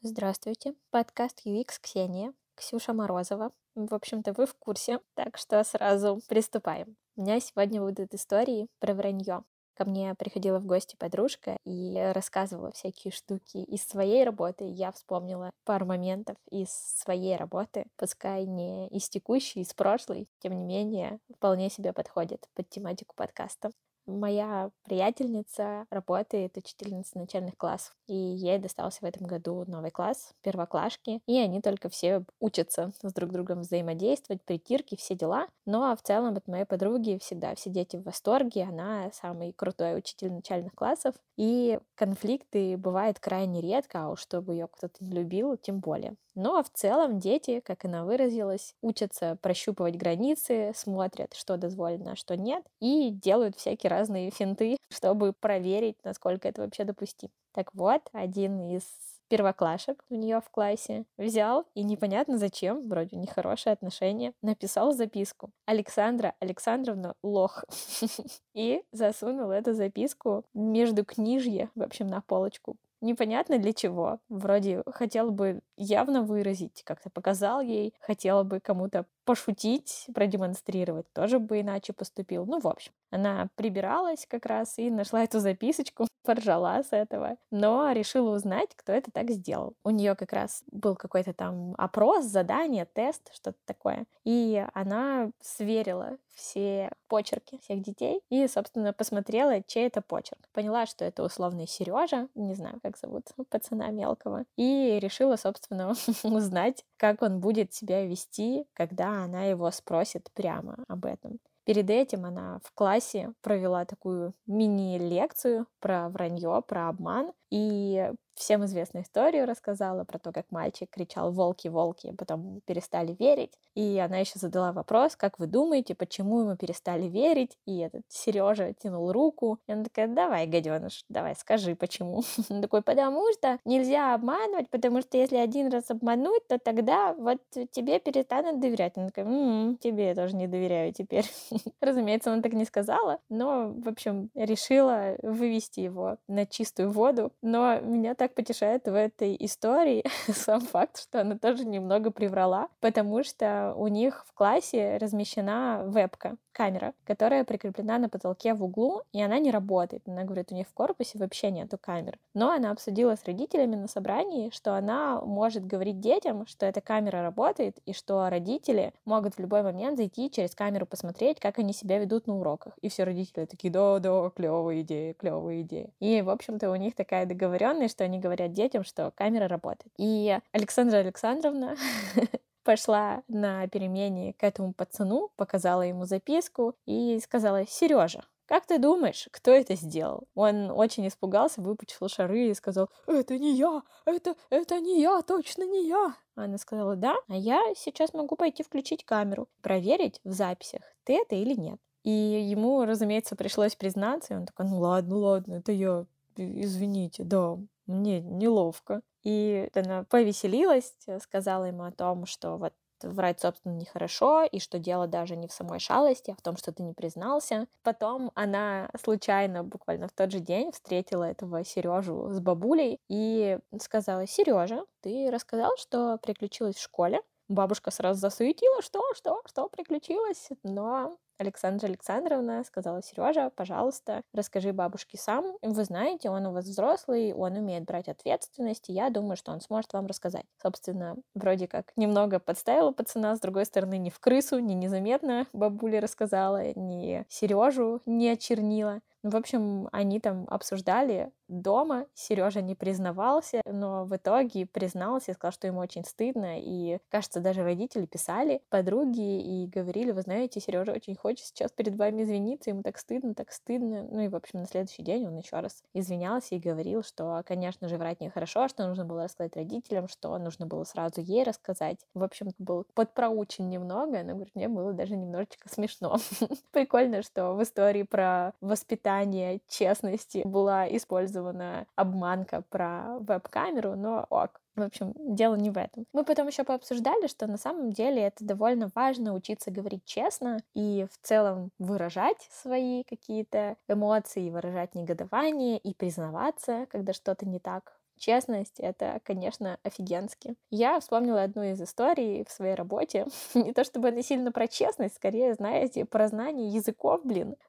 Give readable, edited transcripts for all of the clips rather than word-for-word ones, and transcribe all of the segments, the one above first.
Здравствуйте, подкаст UX Ксения, Ксюша Морозова. В общем-то, вы в курсе, так что сразу приступаем. У меня сегодня будут истории про вранье. Ко мне приходила в гости подружка и рассказывала всякие штуки из своей работы. Я вспомнила пару моментов из своей работы, пускай не из текущей, из прошлой, тем не менее, вполне себе подходит под тематику подкаста. Моя приятельница работает учительницей начальных классов, и ей достался в этом году новый класс, первоклашки, и они только все учатся с друг другом взаимодействовать, притирки, все дела. Но в целом от моей подруги всегда все дети в восторге, она самый крутой учитель начальных классов, и конфликты бывают крайне редко, а уж чтобы ее кто-то не любил, тем более. Но в целом дети, как она выразилась, учатся прощупывать границы, смотрят, что дозволено, а что нет, и делают всякие разные финты, чтобы проверить, насколько это вообще допустимо. Так вот, один из первоклашек у нее в классе взял и непонятно зачем, вроде нехорошие отношения, написал записку: «Александра Александровна лох». И засунул эту записку между книжья, в общем, на полочку. Непонятно для чего. Вроде хотел бы явно выразить, как-то показал ей, хотела бы кому-то пошутить, продемонстрировать, тоже бы иначе поступил. Ну, в общем, она прибиралась как раз и нашла эту записочку, поржала с этого, но решила узнать, кто это так сделал. У нее как раз был какой-то там опрос, задание, тест, что-то такое. И она сверила все почерки всех детей и, собственно, посмотрела, чей это почерк. Поняла, что это условный Сережа, не знаю, как зовут пацана мелкого, и решила, собственно, узнать, как он будет себя вести, когда она его спросит прямо об этом. Перед этим она в классе провела такую мини-лекцию про вранье, про обман, и всем известную историю рассказала про то, как мальчик кричал «волки, волки», потом перестали верить. И она еще задала вопрос: как вы думаете, почему ему перестали верить? И этот Сережа тянул руку. И она такая: давай, гаденыш, давай, скажи, почему. Он такой: потому что нельзя обманывать, потому что если один раз обмануть, то тогда вот тебе перестанут доверять. Она такая: тебе я тоже не доверяю теперь. Разумеется, она так не сказала, но, в общем, решила вывести его на чистую воду. Но меня так потешает в этой истории сам факт, что она тоже немного приврала, потому что у них в классе размещена вебка, камера, которая прикреплена на потолке в углу, и она не работает. Она говорит, у них в корпусе вообще нету камер. Но она обсудила с родителями на собрании, что она может говорить детям, что эта камера работает, и что родители могут в любой момент зайти через камеру посмотреть, как они себя ведут на уроках. И все родители такие: да, клевая идея, клевая идея. И, в общем-то, у них такая договоренность, что они говорят детям, что камера работает. И Александра Александровна пошла на перемене к этому пацану, показала ему записку и сказала: Сережа, как ты думаешь, кто это сделал? Он очень испугался, выпучил шары и сказал: это не я, это не я, точно не я. Она сказала: да, а я сейчас могу пойти включить камеру, проверить в записях, ты это или нет. И ему, разумеется, пришлось признаться, и он такой: ну ладно, это я, извините, да, мне неловко. И она повеселилась, сказала ему о том, что вот врать, собственно, нехорошо, и что дело даже не в самой шалости, а в том, что ты не признался. Потом она случайно, буквально в тот же день, встретила этого Сережу с бабулей и сказала: Сережа, ты рассказал, что приключилось в школе? Бабушка сразу засуетила: что приключилось? Но Александра Александровна сказала: Сережа, пожалуйста, расскажи бабушке сам. Вы знаете, он у вас взрослый, он умеет брать ответственность, и я думаю, что он сможет вам рассказать. Собственно, вроде как немного подставила пацана, с другой стороны, не в крысу, не незаметно бабуля рассказала, не Сережу не очернила. В общем, они там обсуждали дома. Сережа не признавался, но в итоге признался и сказал, что ему очень стыдно. И, кажется, даже родители писали подруги и говорили: вы знаете, Сережа очень хочет сейчас перед вами извиниться, ему так стыдно, так стыдно. Ну и, в общем, на следующий день он еще раз извинялся и говорил, что, конечно же, врать нехорошо, что нужно было рассказать родителям, что нужно было сразу ей рассказать. В общем, был подпроучен немного, но, говорит, мне было даже немножечко смешно. Прикольно, что в истории про воспитание честности была использована обманка про веб-камеру, но ок. В общем, дело не в этом. Мы потом еще пообсуждали, что на самом деле это довольно важно учиться говорить честно и в целом выражать свои какие-то эмоции, выражать негодование и признаваться, когда что-то не так. Честность — это, конечно, офигенски. Я вспомнила одну из историй в своей работе. Не то чтобы она сильно про честность, скорее, знаете, про знание языков,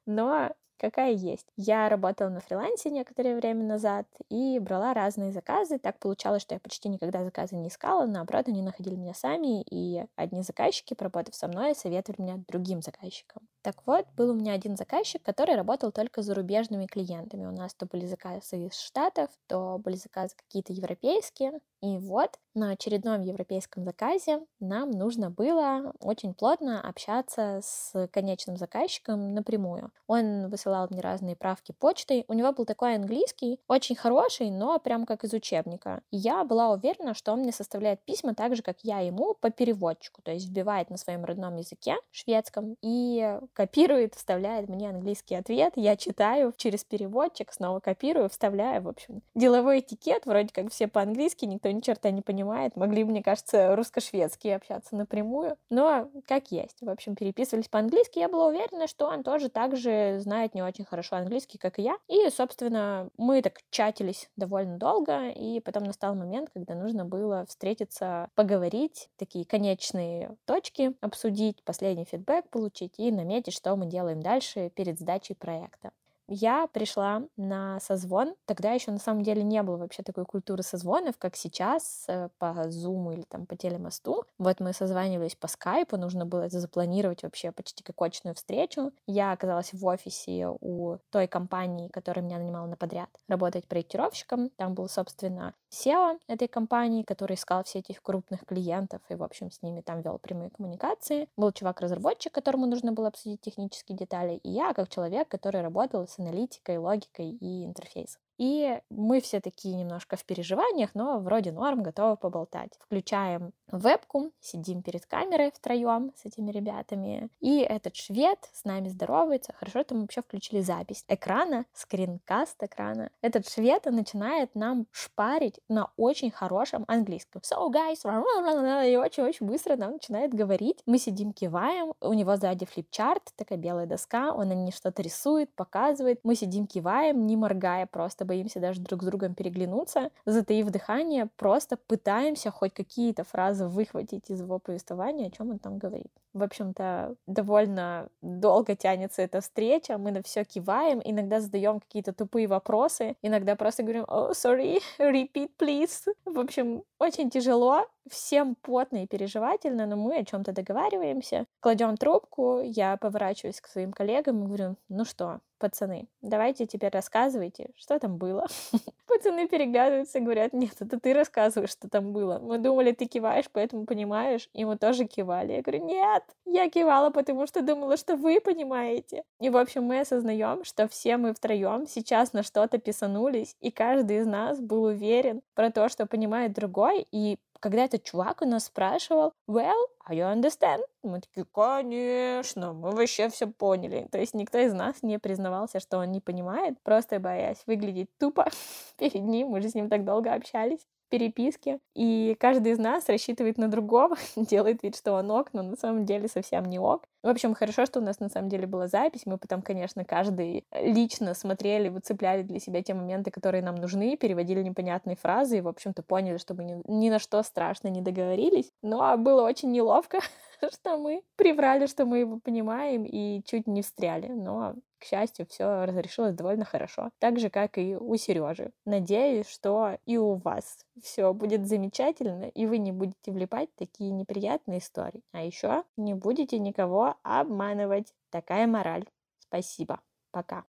но какая есть. Я работала на фрилансе некоторое время назад и брала разные заказы. Так получалось, что я почти никогда заказы не искала, наоборот, они находили меня сами, и одни заказчики, проработав со мной, советовали меня другим заказчикам. Так вот, был у меня один заказчик, который работал только с зарубежными клиентами. У нас то были заказы из Штатов, то были заказы какие-то европейские. И вот на очередном европейском заказе нам нужно было очень плотно общаться с конечным заказчиком напрямую. Он высылал мне разные правки почтой. У него был такой английский, очень хороший, но прям как из учебника. И я была уверена, что он мне составляет письма так же, как я ему, по переводчику. То есть вбивает на своем родном языке, шведском, и копирует, вставляет мне английский ответ. Я читаю через переводчик, снова копирую, вставляю. В общем, деловой этикет, вроде как все по-английски, никто ни черта не понимает. Могли, мне кажется, русско-шведски общаться напрямую. Но как есть. В общем, переписывались по-английски. Я была уверена, что он тоже так же знает не очень хорошо английский, как и я. И, собственно, мы так чатились довольно долго. И потом настал момент, когда нужно было встретиться, поговорить, такие конечные точки обсудить, последний фидбэк получить и наметить, что мы делаем дальше перед сдачей проекта. Я пришла на созвон. Тогда еще на самом деле не было вообще такой культуры созвонов, как сейчас по Zoom или там по телемосту. Вот мы созванивались по скайпу, нужно было это запланировать вообще почти как очную встречу. Я оказалась в офисе у той компании, которая меня нанимала на подряд, работать проектировщиком. Там был, собственно, SEO этой компании, который искал все этих крупных клиентов и, в общем, с ними там вел прямые коммуникации. Был чувак-разработчик, которому нужно было обсудить технические детали, и я, как человек, который работал с аналитикой, логикой и интерфейсом. И мы все такие немножко в переживаниях, но вроде норм, готовы поболтать. Включаем вебку, сидим перед камерой втроем с этими ребятами, и этот швед с нами здоровается. Хорошо, что мы вообще включили запись экрана, скринкаст экрана. Этот швед начинает нам шпарить на очень хорошем английском. So, guys, и очень-очень быстро нам начинает говорить. Мы сидим, киваем, у него сзади флипчарт, такая белая доска, он на ней что-то рисует, показывает. Мы сидим, киваем, не моргая, просто боимся даже друг с другом переглянуться, затаив дыхание, просто пытаемся хоть какие-то фразы выхватить из его повествования, о чем он там говорит. В общем-то, довольно долго тянется эта встреча, мы на все киваем, иногда задаем какие-то тупые вопросы, иногда просто говорим «Oh, sorry, repeat, please». В общем, очень тяжело, всем потно и переживательно, но мы о чем-то договариваемся. Кладем трубку, я поворачиваюсь к своим коллегам и говорю: ну что, пацаны, давайте теперь рассказывайте, что там было. Пацаны переглядываются и говорят: нет, это ты рассказываешь, что там было. Мы думали, ты киваешь, поэтому понимаешь. И мы тоже кивали. Я говорю: нет, я кивала, потому что думала, что вы понимаете. И, в общем, мы осознаем, что все мы втроем сейчас на что-то писанулись, и каждый из нас был уверен про то, что понимает другой. И когда этот чувак у нас спрашивал: well, are you understand? Мы такие: конечно, мы вообще все поняли. То есть никто из нас не признавался, что он не понимает, просто боясь выглядеть тупо перед ним. Мы же с ним так долго общались в переписке. И каждый из нас рассчитывает на другого, делает вид, что он ок, но на самом деле совсем не ок. В общем, хорошо, что у нас на самом деле была запись. Мы потом, конечно, каждый лично смотрели, выцепляли для себя те моменты, которые нам нужны, переводили непонятные фразы и, в общем-то, поняли, что мы ни на что страшно не договорились. Но было очень неловко, что мы приврали, что мы его понимаем, и чуть не встряли. Но, к счастью, все разрешилось довольно хорошо. Так же, как и у Сережи. Надеюсь, что и у вас все будет замечательно, и вы не будете влипать в такие неприятные истории. А еще не будете никого обманывать. Такая мораль. Спасибо. Пока.